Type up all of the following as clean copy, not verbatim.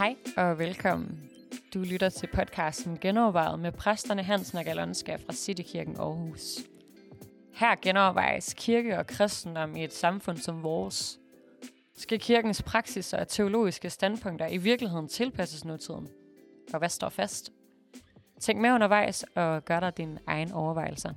Hej og velkommen. Du lytter til podcasten Genovervejet med præsterne Hansen og Galonska fra Citykirken Aarhus. Her genovervejes kirke og kristendom i et samfund som vores. Skal kirkens praksis og teologiske standpunkter i virkeligheden tilpasses nutiden? Og hvad står fast? Tænk med undervejs og gør dig dine egne overvejelser.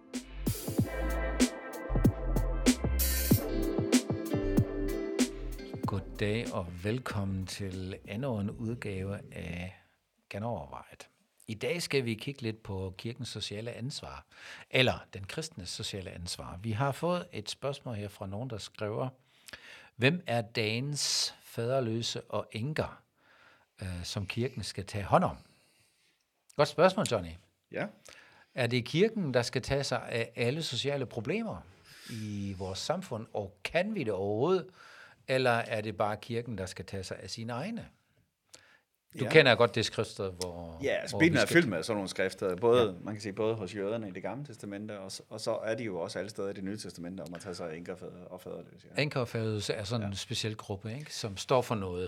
Goddag og velkommen til endnu en udgave af Genovervejet. I dag skal vi kigge lidt på kirkens sociale ansvar, eller den kristnes sociale ansvar. Vi har fået et spørgsmål her fra nogen, der skriver, hvem er dagens faderløse og enker, som kirken skal tage hånd om? Godt spørgsmål, Johnny. Ja. Er det kirken, der skal tage sig af alle sociale problemer i vores samfund, og kan vi det overhovedet? Eller er det bare kirken, der skal tage sig af sine egne? Du kender godt det skriftsted, hvor... Ja, altså Bibelen er fyldt med sådan nogle skrifter, man kan sige både hos jøderne i det gamle testamente, og så er de jo også alle steder i det nye testamente om at tage sig af enker og faderløse. Ja. Enker og faderløse er sådan en speciel gruppe, ikke? Som står for noget.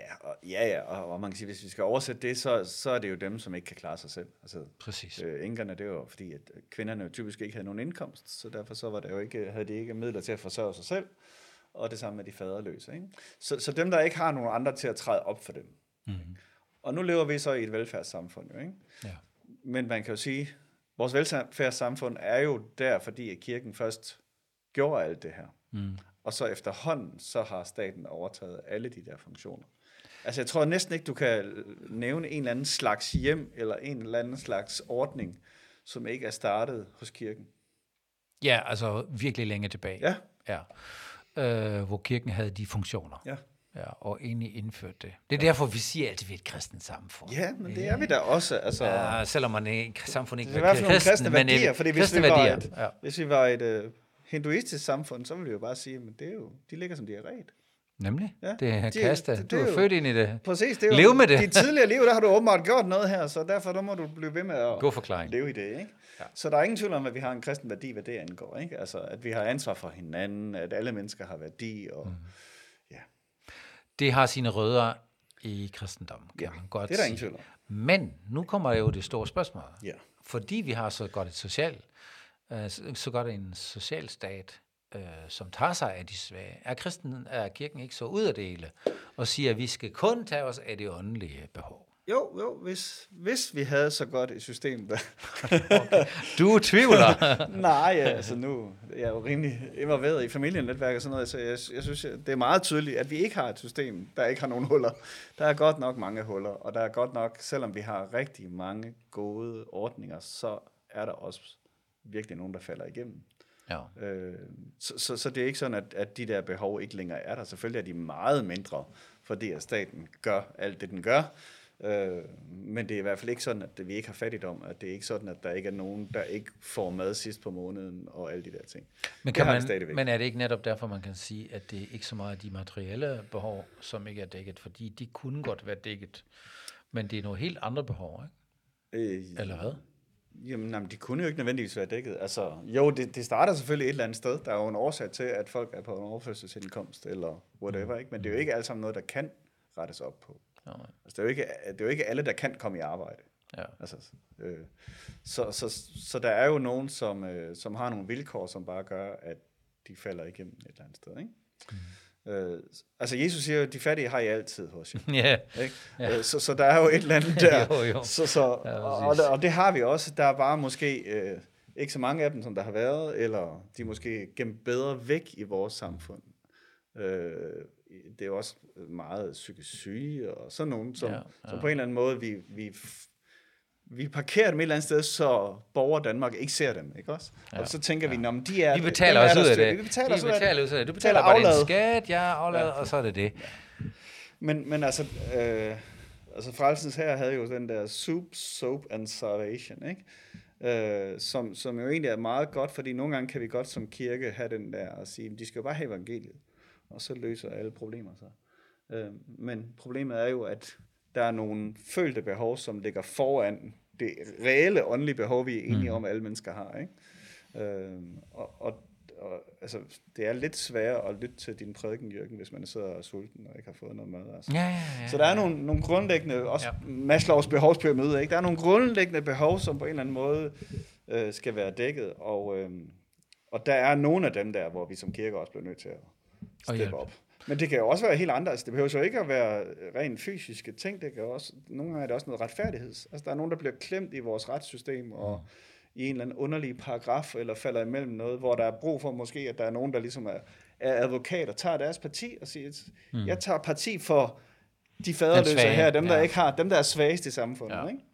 Og man kan sige, hvis vi skal oversætte det, så er det jo dem, som ikke kan klare sig selv. Altså, præcis. Enkerne, det er jo fordi, at kvinderne jo typisk ikke havde nogen indkomst, så derfor så var det jo ikke, havde de ikke midler til at forsørge sig selv, og det samme med de faderløse. Ikke? Så dem, der ikke har nogen andre til at træde op for dem. Mm-hmm. Og nu lever vi så i et velfærdssamfund, jo, ikke? Ja. Men man kan jo sige, vores velfærdssamfund er jo der, fordi at kirken først gjorde alt det her. Mm. Og så efterhånden, så har staten overtaget alle de der funktioner. Altså jeg tror næsten ikke, du kan nævne en eller anden slags hjem, eller en eller anden slags ordning, som ikke er startet hos kirken. Ja, altså virkelig længe tilbage. Ja. Hvor kirken havde de funktioner. Ja. Ja, og egentlig indført det. Det er derfor, vi siger altid, at vi er et kristent samfund. Ja, men det er vi da også. Altså, ja, selvom man er et samfund ikke er i hvert fald nogle kristne værdier, fordi hvis vi var et hinduistisk samfund, så ville vi jo bare sige, men det er jo, de ligger som de er ret. Nemlig. Ja, det er kasta. Du er født ind i det. Præcis. Det er Lev med det. Dit tidligere liv, der har du åbenbart gjort noget her, så derfor må du blive ved med at leve i det. Ikke? Ja. Så der er ingen tvivl om, at vi har en kristen værdi, hvad det angår. Ikke? Altså, at vi har ansvar for hinanden, at alle mennesker har værdi. Og, Det har sine rødder i kristendommen, kan man godt sige. Det er der ingen tvivl om. Men nu kommer jo det store spørgsmål. Ja. Fordi vi har så godt en social stat, som tager sig af de svage, er kirken ikke så ud af det hele, og siger, at vi skal kun tage os af det åndelige behov. Jo, hvis vi havde så godt et system. Okay. Du tvivler. Nej, altså nu jeg er jo rimelig involveret i familienetværk og sådan noget, så jeg synes, det er meget tydeligt, at vi ikke har et system, der ikke har nogen huller. Der er godt nok mange huller, og der er godt nok, selvom vi har rigtig mange gode ordninger, så er der også virkelig nogen, der falder igennem. Ja. Så det er ikke sådan, at de der behov ikke længere er der. Selvfølgelig er de meget mindre, fordi at staten gør alt det, den gør. Men det er i hvert fald ikke sådan, at vi ikke har fattigdom, at det er ikke sådan, at der ikke er nogen, der ikke får mad sidst på måneden og alle de der ting. Men er det ikke netop derfor, man kan sige, at det er ikke så meget de materielle behov, som ikke er dækket, fordi de kunne godt være dækket, men det er nogle helt andre behov, ikke? Eller hvad? Jamen, de kunne jo ikke nødvendigvis være dækket. Altså, jo, det starter selvfølgelig et eller andet sted. Der er jo en årsag til, at folk er på en overførselsindkomst, eller whatever, ikke? Men det er jo ikke alt sammen noget, der kan rettes op på. Altså, det er jo ikke alle, der kan komme i arbejde. Ja. Altså, så der er jo nogen, som har nogle vilkår, som bare gør, at de falder igennem et eller andet sted, ikke? Altså Jesus siger jo, at de fattige har I altid hos jer. Yeah. Så der er jo et eller andet der. jo. Og det har vi også. Der er bare måske ikke så mange af dem, som der har været, eller de er måske gemt bedre væk i vores samfund. Det er jo også meget psykisk syge, og sådan nogen, som på en eller anden måde, vi parkerer dem et eller andet sted, så borger Danmark ikke ser dem, ikke også? Ja, og så tænker vi, om de er... Vi betaler os ud af det. Vi betaler os ud af det. Du betaler bare din skat, og så er det det. Men altså Frelsens Hær havde jo den der soup, soap and salvation, ikke? Som jo egentlig er meget godt, fordi nogle gange kan vi godt som kirke have den der og sige, de skal jo bare have evangeliet, og så løser alle problemer så. Men problemet er jo, at der er nogle følte behov, som ligger foran det reelle åndelige behov, vi er enige om, alle mennesker har, ikke? altså, det er lidt sværere at lytte til din prædiken, Jørgen, hvis man sidder og sulten og ikke har fået noget mad. Altså. Ja. Så der er nogle grundlæggende, også Maslows behovspyramide, ikke? Der er nogle grundlæggende behov, som på en eller anden måde skal være dækket, og der er nogle af dem der, hvor vi som kirke også bliver nødt til at steppe op. Men det kan jo også være helt andet. Altså, det behøver jo ikke at være rent fysiske ting. Det kan også, nogle gange er det også noget retfærdigheds. Altså, der er nogen, der bliver klemt i vores retssystem, og i en eller anden underlig paragraf, eller falder imellem noget, hvor der er brug for måske, at der er nogen, der ligesom er advokater, tager deres parti og siger, jeg tager parti for de faderløse her, dem der ikke har, dem der er svagest i samfundet. Ikke?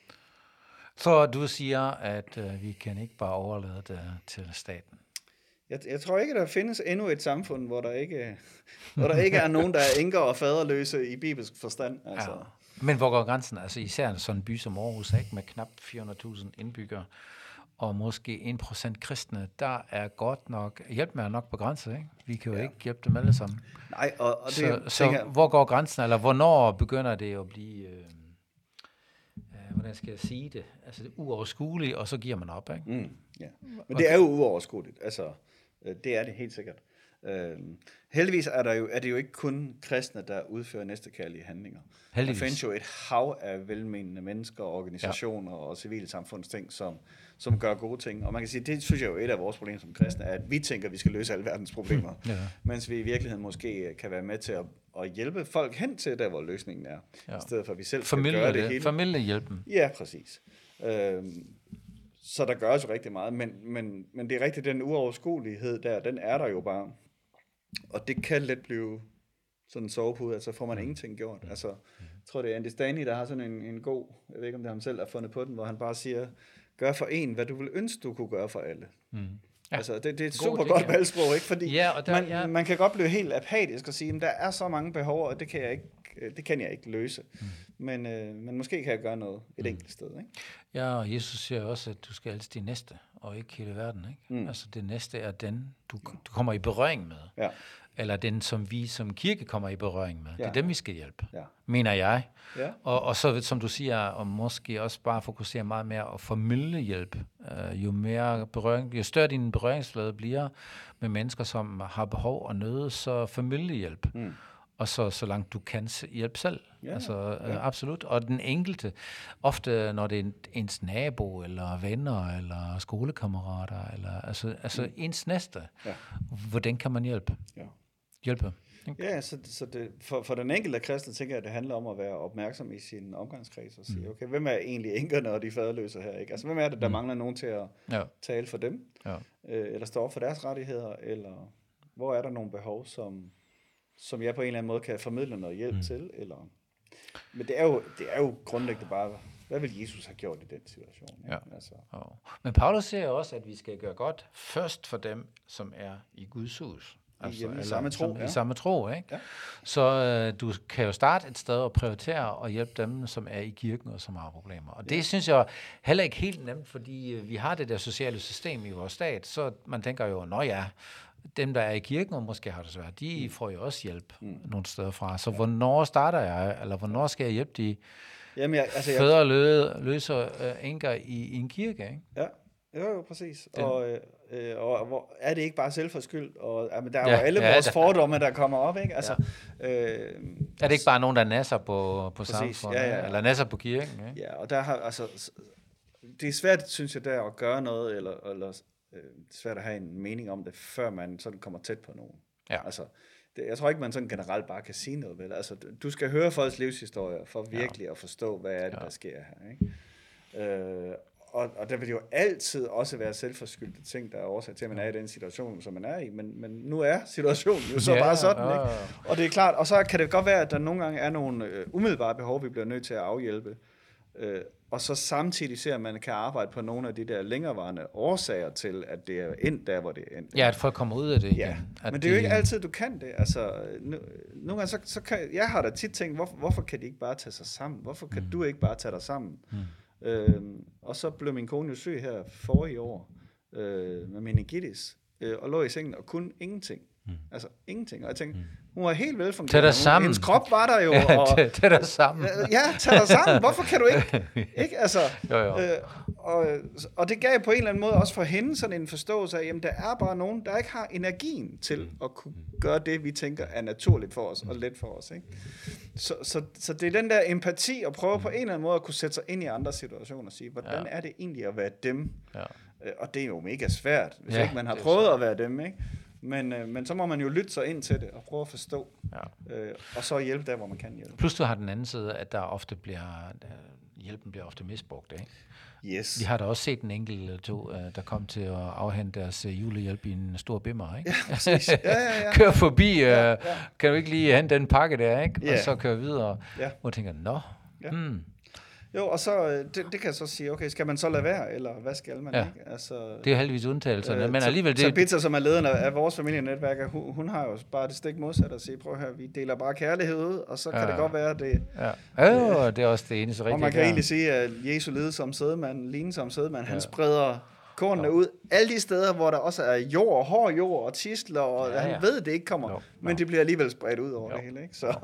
Så du siger, at vi kan ikke bare overlade det til staten? Jeg tror ikke, der findes endnu et samfund, hvor der ikke er nogen, der er enker og faderløse i bibelsk forstand. Altså. Ja. Men hvor går grænsen? Altså især en sådan by som Aarhus, ikke, med knap 400.000 indbyggere, og måske 1% kristne, der er godt nok, hjælp med nok begrænset, ikke? Vi kan jo ikke hjælpe dem alle sammen. Nej, og det så hvor går grænsen, eller hvornår begynder det at blive, hvordan skal jeg sige det, altså det er uoverskueligt, og så giver man op, ikke? Men det er jo uoverskueligt, altså det er det helt sikkert. Heldigvis er det jo ikke kun kristne, der udfører næstekærlige handlinger. Heldigvis. Der findes jo et hav af velmenende mennesker, organisationer og civilsamfundsting, som gør gode ting. Og man kan sige, det synes jeg jo er et af vores problemer som kristne, er, at vi tænker, at vi skal løse alle verdens problemer. Mens vi i virkeligheden måske kan være med til at hjælpe folk hen til der, hvor løsningen er. I stedet for, at vi selv skal gøre det hele. Familiehjælpen. Ja, præcis. Så der gøres jo rigtig meget, men det er rigtigt, den uoverskuelighed der, den er der jo bare. Og det kan let blive sådan en sovepude, altså får man ingenting gjort. Altså, jeg tror, det er Andy Stanley, der har sådan en god, jeg ved ikke, om det er ham selv, der har fundet på den, hvor han bare siger, gør for en, hvad du vil ønske, du kunne gøre for alle. Ja. Altså, det er et super godt valgsprog, ikke? Fordi man kan godt blive helt apatisk og sige, at der er så mange behov, og det kan jeg ikke løse. Men måske kan jeg gøre noget et enkelt sted, ikke? Ja, og Jesus siger også, at du skal elske din næste, og ikke hele verden, ikke? Altså, det næste er den, du kommer i berøring med. Ja. Eller den, som vi som kirke kommer i berøring med. Det er dem, vi skal hjælpe, mener jeg. Ja. Og så, som du siger, og måske også bare fokusere meget mere på familiehjælp. Jo mere berøring, jo større din berøringsflade bliver med mennesker, som har behov og nød, så familiehjælp. Og så langt du kan hjælpe selv. Absolut. Og den enkelte, ofte når det er ens nabo, eller venner, eller skolekammerater, eller altså ens næste, hvordan kan man hjælpe? Hjælpe. Ja, så det, for den enkelte kristne tænker jeg, at det handler om at være opmærksom i sin omgangskreds og sige, okay, hvem er egentlig enkerne og de faderløse her? Ikke? Altså, hvem er det, der mangler nogen til at tale for dem? Ja. Eller stå op for deres rettigheder? Eller hvor er der nogle behov, som jeg på en eller anden måde kan formidle noget hjælp til? Eller... Men det er jo grundlæggende bare, hvad vil Jesus have gjort i den situation? Ikke? Ja. Altså. Men Paulus siger også, at vi skal gøre godt først for dem, som er i Guds hus. Altså, i samme tro, i samme tro, ikke? Ja. Så du kan jo starte et sted og prioritere og hjælpe dem, som er i kirken og som har problemer. Og det synes jeg heller ikke helt nemt, fordi vi har det der sociale system i vores stat, så man tænker jo, dem, der er i kirken og måske har det svært, de får jo også hjælp nogle steder fra. Så hvornår starter jeg, eller hvornår skal jeg hjælpe de fædreløse enker i en kirke, ikke? Ja. Jo, præcis. Og hvor er det ikke bare selvforskyldt? Og der er jo alle vores fordomme, der kommer op, ikke? Altså, er det ikke bare nogen, der nasser på samfundet, eller nasser på kirken? Ikke? Ja, og der har, altså, det er svært, synes jeg, der at gøre noget, eller det er svært at have en mening om det, før man sådan kommer tæt på nogen. Ja. Altså, jeg tror ikke, man sådan generelt bare kan sige noget, vel? Altså, du skal høre folks livshistorier, for virkelig at forstå, hvad er det, der sker her, ikke? Og der vil jo altid også være selvforskyldte ting, der er årsag til, at man er i den situation, som man er i. Men nu er situationen jo så bare sådan, ikke? Og det er klart, og så kan det godt være, at der nogle gange er nogle umiddelbare behov, vi bliver nødt til at afhjælpe. Og så samtidig ser, at man kan arbejde på nogle af de der længerevarende årsager til, at det er endt der, hvor det er endt. Ja, at folk kommer ud af det igen. Ja, men det er jo ikke altid, du kan det. Altså, nogle gange så kan, jeg har da tit tænkt, hvorfor kan de ikke bare tage sig sammen? Hvorfor kan du ikke bare tage dig sammen? Og så blev min kone jo syg her forrige år med meningitis, og lå i sengen og kunne ingenting. Altså ingenting. Og jeg tænkte, hun var helt velfungerende. Hendes krop var der jo. Tag dig sammen. Ja, tag dig sammen. Hvorfor kan du ikke? Ikke? Altså, og det gav på en eller anden måde også for hende sådan en forståelse af, jamen der er bare nogen, der ikke har energien til at kunne gøre det, vi tænker er naturligt for os og let for os. Ikke? Så det er den der empati at prøve på en eller anden måde at kunne sætte sig ind i andre situationer og sige, hvordan er det egentlig at være dem? Ja. Og det er jo mega svært, hvis ikke man har prøvet at være dem, ikke? Men så må man jo lytte sig ind til det og prøve at forstå, og så hjælpe der, hvor man kan hjælpe. Plus du har den anden side, at der ofte hjælpen bliver ofte misbrugt, ikke? Yes. Vi har da også set en enkelt eller to, der kom til at afhente deres julehjælp i en stor bimmer, ikke? Ja, præcis. Ja. Kør forbi, kan du ikke lige hente den pakke der, ikke? Og så køre videre. Ja. Og tænker, Jo, og så, det kan jeg så sige, okay, skal man så lade være, eller hvad skal man ikke? Altså, det er jo heldigvis undtagelserne, men alligevel... Så Pizza, som er lederen af vores familienetværk, hun har jo bare det stik modsat at sige, prøv her, vi deler bare kærlighed ud, og så kan det godt være, det... Ja, det er også det eneste rigtige. Og man kan egentlig sige, at Jesu lede som sædemand, han spreder kornene ud alle de steder, hvor der også er jord, hård jord og tisler, og han ved, det ikke kommer, men det bliver alligevel spredt ud over det hele, ikke? Så...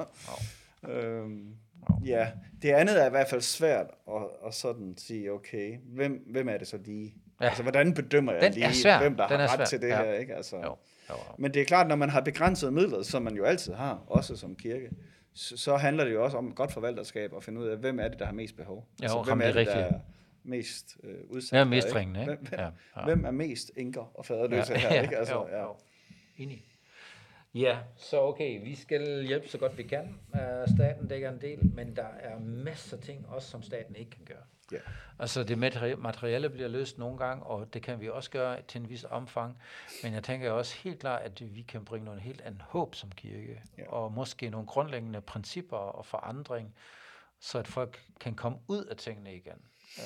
Ja, det andet er i hvert fald svært at sådan sige, okay, hvem er det så lige? Ja. Altså, hvordan bedømmer jeg lige, hvem der har ret til det her, ikke? Altså, jo. Men det er klart, når man har begrænsede midler, som man jo altid har, også som kirke, så handler det jo også om godt forvalterskab at finde ud af, hvem er det, der har mest behov? Altså, hvem er det, der er mest udsat? Ja, mest ringende, ikke? Hvem er mest enker og faderløse her, ikke? Altså, Enig. Ja, så okay, vi skal hjælpe så godt vi kan. Staten dækker en del, men der er masser af ting også, som staten ikke kan gøre. Yeah. Altså det materielle bliver løst nogle gange, og det kan vi også gøre til en vis omfang. Men jeg tænker også helt klart, at vi kan bringe noget helt andet håb som kirke, og måske nogle grundlæggende principper og forandring, så at folk kan komme ud af tingene igen.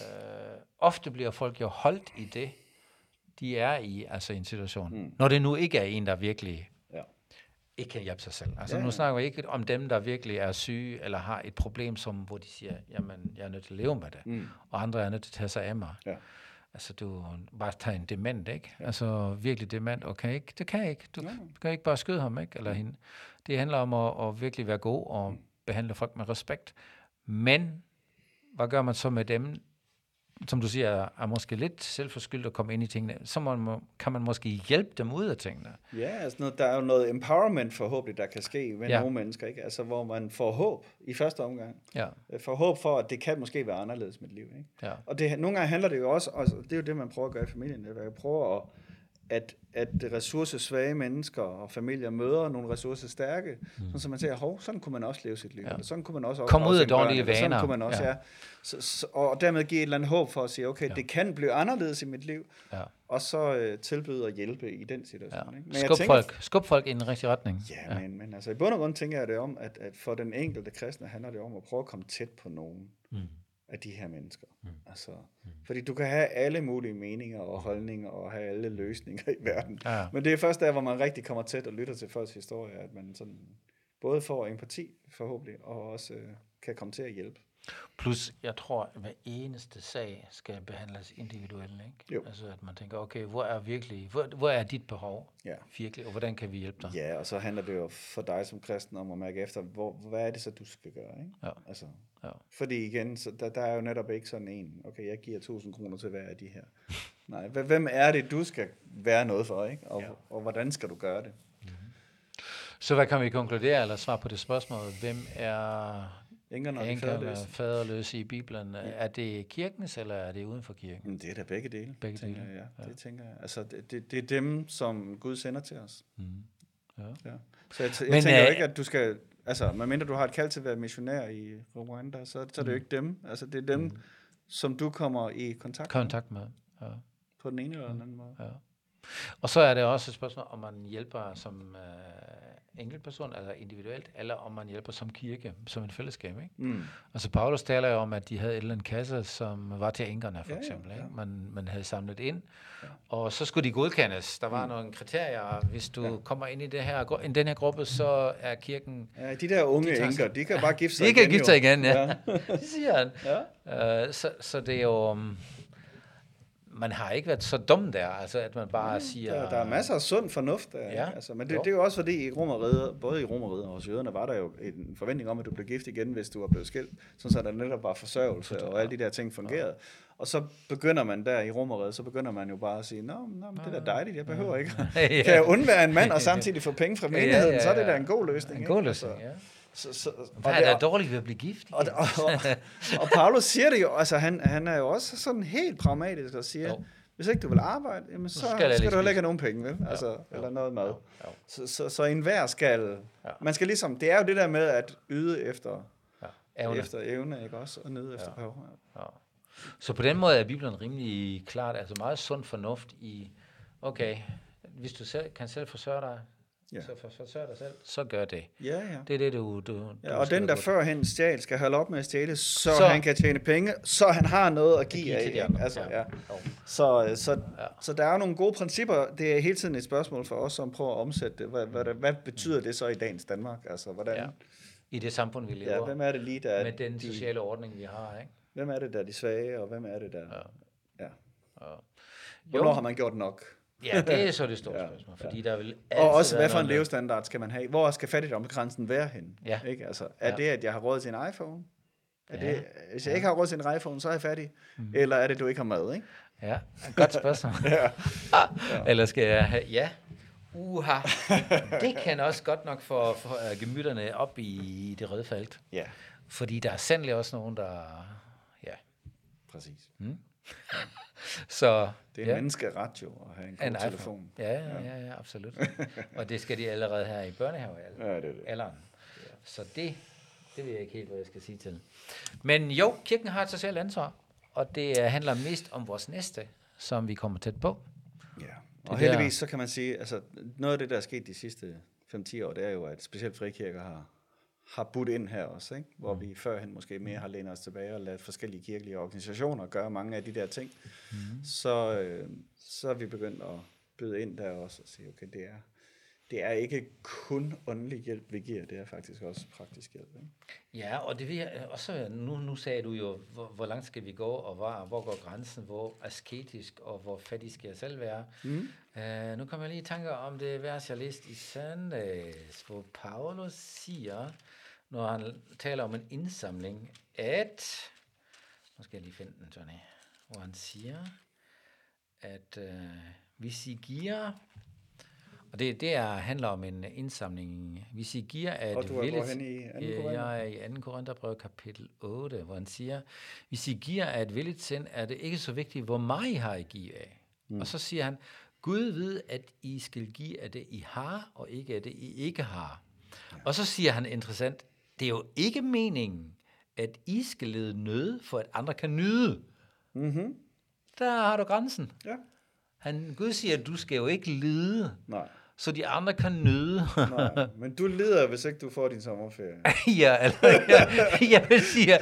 Ofte bliver folk jo holdt i det, de er i, altså i en situation. Når det nu ikke er en, der virkelig ikke kan hjælpe sig selv. Altså nu snakker vi ikke om dem, der virkelig er syge, eller har et problem, hvor de siger, jamen, jeg er nødt til at leve med det, og andre er nødt til at tage sig af mig. Ja. Altså, du bare tager en dement, ikke? Ja. Altså, virkelig dement, og det kan ikke. Du kan ikke bare skyde ham, ikke? Eller hende. Det handler om at virkelig være god og behandle folk med respekt. Men, hvad gør man så med dem, som du siger, er måske lidt selvforskyldt at komme ind i tingene, så kan man måske hjælpe dem ud af tingene. Ja, altså der er jo noget empowerment forhåbentlig, der kan ske med nogle mennesker, ikke? Altså hvor man får håb i første omgang. Ja. Får håb for, at det kan måske være anderledes med et liv, ikke? Ja. Og nogle gange handler det jo også, altså, det er jo det, man prøver at gøre i familien, at prøver at ressourcesvage mennesker og familier møder nogle ressourcestærke, så man siger, sådan kunne man også leve sit liv. Ja. Sådan kunne man også komme ud af dårlige vaner. Sådan kunne man også, og dermed give et eller andet håb for at sige, okay, det kan blive anderledes i mit liv, og så tilbyde at hjælpe i den situation. Ja. Ikke? Men skub folk i en rigtig retning. Ja, men altså i bund og grund tænker jeg det om, at for den enkelte kristne handler det om at prøve at komme tæt på nogen af de her mennesker. Altså, fordi du kan have alle mulige meninger og holdninger og have alle løsninger i verden. Ja. Men det er først der, hvor man rigtig kommer tæt og lytter til folks historie, at man sådan både får empati forhåbentlig, og også kan komme til at hjælpe. Plus, jeg tror, at hver eneste sag skal behandles individuelt, ikke? Jo. Altså, at man tænker, okay, hvor er dit behov virkelig, og hvordan kan vi hjælpe dig? Ja, og så handler det jo for dig som kristen om at mærke efter, hvad er det så, du skal gøre, ikke? Ja. Altså, fordi igen, så der er jo netop ikke sådan en, okay, jeg giver 1.000 kroner til hver af de her. Nej, hvem er det, du skal være noget for, ikke? Og hvordan skal du gøre det? Så hvad kan vi konkludere, eller svare på det spørgsmål? Hvem er enkerne faderløse i Bibelen? Er det kirkens, eller er det uden for kirken? Det er da begge dele. Det tænker jeg. Altså, det er dem, som Gud sender til os. Ja. Så jeg tænker jo ikke, at du skal... Altså, medmindre du har et kald til at være missionær i Rwanda, så er det jo ikke dem. Altså, det er dem, som du kommer i kontakt med. Ja. På den ene eller den anden måde. Ja. Og så er det også et spørgsmål, om man hjælper som enkeltperson, eller individuelt, eller om man hjælper som kirke, som en fællesskab, ikke? Altså Paulus taler jo om, at de havde et eller andet kasse, som var til enkerne, for eksempel, ikke? Man havde samlet ind, og så skulle de godkendes. Der var nogle kriterier. Hvis du kommer ind i den her gruppe, så er kirken... Ja, de der unge enker, de kan bare gifte sig igen. De kan gifte sig igen, ja. Det siger han. Ja. Så det er jo... man har ikke været så dum der, altså at man bare siger... Der er masser af sund fornuft der, ja. altså, men det er jo også fordi i Romerriget, både i Romerriget og hos jøderne, var der jo en forventning om, at du blev gift igen, hvis du var blevet skilt, så der netop var forsørgelse, og alle de der ting fungerede. Og så begynder man der i Romerriget, så begynder man jo bare at sige, nå, det er da dejligt, jeg behøver ikke. Kan jeg undvære en mand og samtidig få penge fra menigheden, så er det da en god løsning. En god løsning, ja. Hvad er der dårligt ved at blive gift? Og Paulus siger det jo, altså han er jo også sådan helt pragmatisk og siger, hvis ikke du vil arbejde, jamen så skal du heller ikke have nogen penge, vel? Altså, eller noget mad. Så enhver skal, man skal ligesom, det er jo det der med at yde efter evne, ikke også? Og nyde efter behov. Så på den måde er Bibelen rimelig klart, altså meget sund fornuft i, okay, hvis du kan selv forsørge dig, så forsørg dig selv, så gør det. Ja. Det er det, du og den, der førhen stjal, skal holde op med at stjæle, så han kan tjene penge, så han har noget at give af. Så der er jo nogle gode principper. Det er hele tiden et spørgsmål for os, som prøver at omsætte det. Hvad betyder det så i dagens Danmark? Altså, hvordan... Ja. I det samfund, vi lever. Hvem er det lige, der... Med den sociale ordning, vi har, ikke? Hvem er det, der er de svage, og hvem er det, der... Hvornår har man gjort nok? Ja, det er så det store spørgsmål, fordi der vil og også, hvad for en levestandard skal man have? Hvor skal fattigdomsgrænsen være hen? Ja. Ikke? Altså, er det, at jeg har råd til en iPhone? Det, hvis jeg ikke har råd til en iPhone, så er jeg fattig? Eller er det, du ikke har mad, ikke? Ja, godt spørgsmål. Eller skal jeg have... Ja. Det kan også godt nok få gemytterne op i det røde felt. Ja. Fordi der er sandelig også nogen, der... Ja. Præcis. Så, det er en menneskeret jo at have en god telefon. Ja, absolut. Og det skal de allerede have i børnehavealderen. Ja. Så det ved jeg ikke helt, hvad jeg skal sige til. Men jo, kirken har et socialt ansvar, og det handler mest om vores næste, som vi kommer tæt på. Ja, og heldigvis så kan man sige, altså noget af det, der er sket de sidste 5-10 år, det er jo, at specielt frikirker har budt ind her også, ikke? Hvor vi førhen måske mere har lænet os tilbage og ladet forskellige kirkelige organisationer gøre mange af de der ting. Så er vi begyndt at byde ind der også og sige, okay, det er ikke kun åndelig hjælp, vi giver, det er faktisk også praktisk hjælp. Ikke? Ja, og det vil jeg også, nu sagde du jo, hvor langt skal vi gå, og hvor går grænsen, hvor asketisk og hvor fattig skal jeg selv være. Nu kommer jeg lige i tanker om det vers, jeg læste i søndags, hvor Paulus siger, når han taler om en indsamling, at, nu skal jeg lige finde den, Johnny, hvor han siger, at hvis I giver, og det handler om en indsamling, hvis I giver, at og du er hen i 2. Korinther? Jeg er i 2. Korintherbrev kapitel 8, hvor han siger, hvis I giver af et villigt sind, er det ikke så vigtigt, hvor meget I har I give af. Og så siger han, Gud ved, at I skal give af det, I har, og ikke af det, I ikke har. Ja. Og så siger han interessant, det er jo ikke meningen, at I skal lide nød, for at andre kan nyde. Der har du grænsen. Ja. Gud siger, at du skal jo ikke lide, så de andre kan nyde. Nej, men du lider, hvis ikke du får din sommerferie. Jeg vil sige,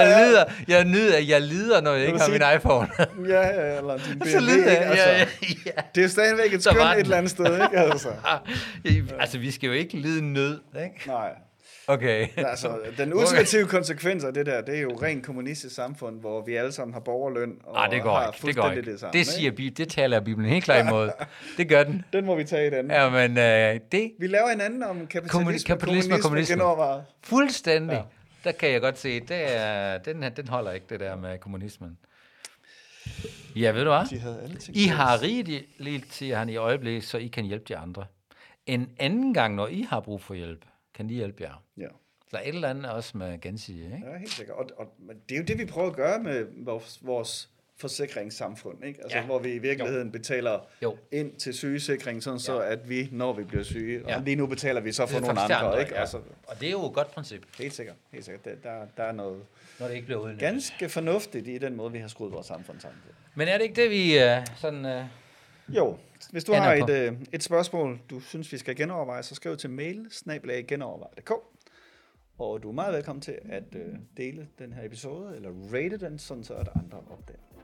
jeg lider, når jeg ikke har min iPhone. Eller din BMW. Så lider jeg. Det er stadigvæk et skønt et eller andet sted, ikke? Altså, vi skal jo ikke lide nød, ikke? Nej. Okay. Altså, den ultimative konsekvens af det der, det er jo rent kommunistisk samfund, hvor vi alle sammen har borgerløn og det går har ikke. fuldstændig det samme. Det siger det taler Bibelen helt klart imod. Det gør den. Den må vi tage i den. Ja, men vi laver en anden om kapitalisme og kommunisme genovervejet. Fuldstændig. Ja. Der kan jeg godt se, den holder ikke, det der med kommunismen. Ja, ved du hvad? I har rigeligt, siger han i øjeblikket, så I kan hjælpe de andre. En anden gang, når I har brug for hjælp, kan de hjælpe jer. Ja. Så et eller andet også med gensidige, ikke? Ja, helt sikkert. Og det er jo det, vi prøver at gøre med vores forsikringssamfund, ikke? Altså, hvor vi i virkeligheden betaler ind til sygesikring, sådan så at vi, når vi bliver syge, og lige nu betaler vi så for nogle andre, ikke? Ja. Altså, og det er jo et godt princip. Helt sikkert. Der er noget når det ikke bliver udnyttet. Ganske fornuftigt i den måde, vi har skruet vores samfund sammen på. Men er det ikke det, vi sådan... Jo, hvis du har et spørgsmål, du synes, vi skal genoverveje, så skriv til mail@genoverveje.dk. Og du er meget velkommen til at dele den her episode, eller rate den, sådan så at andre opdager.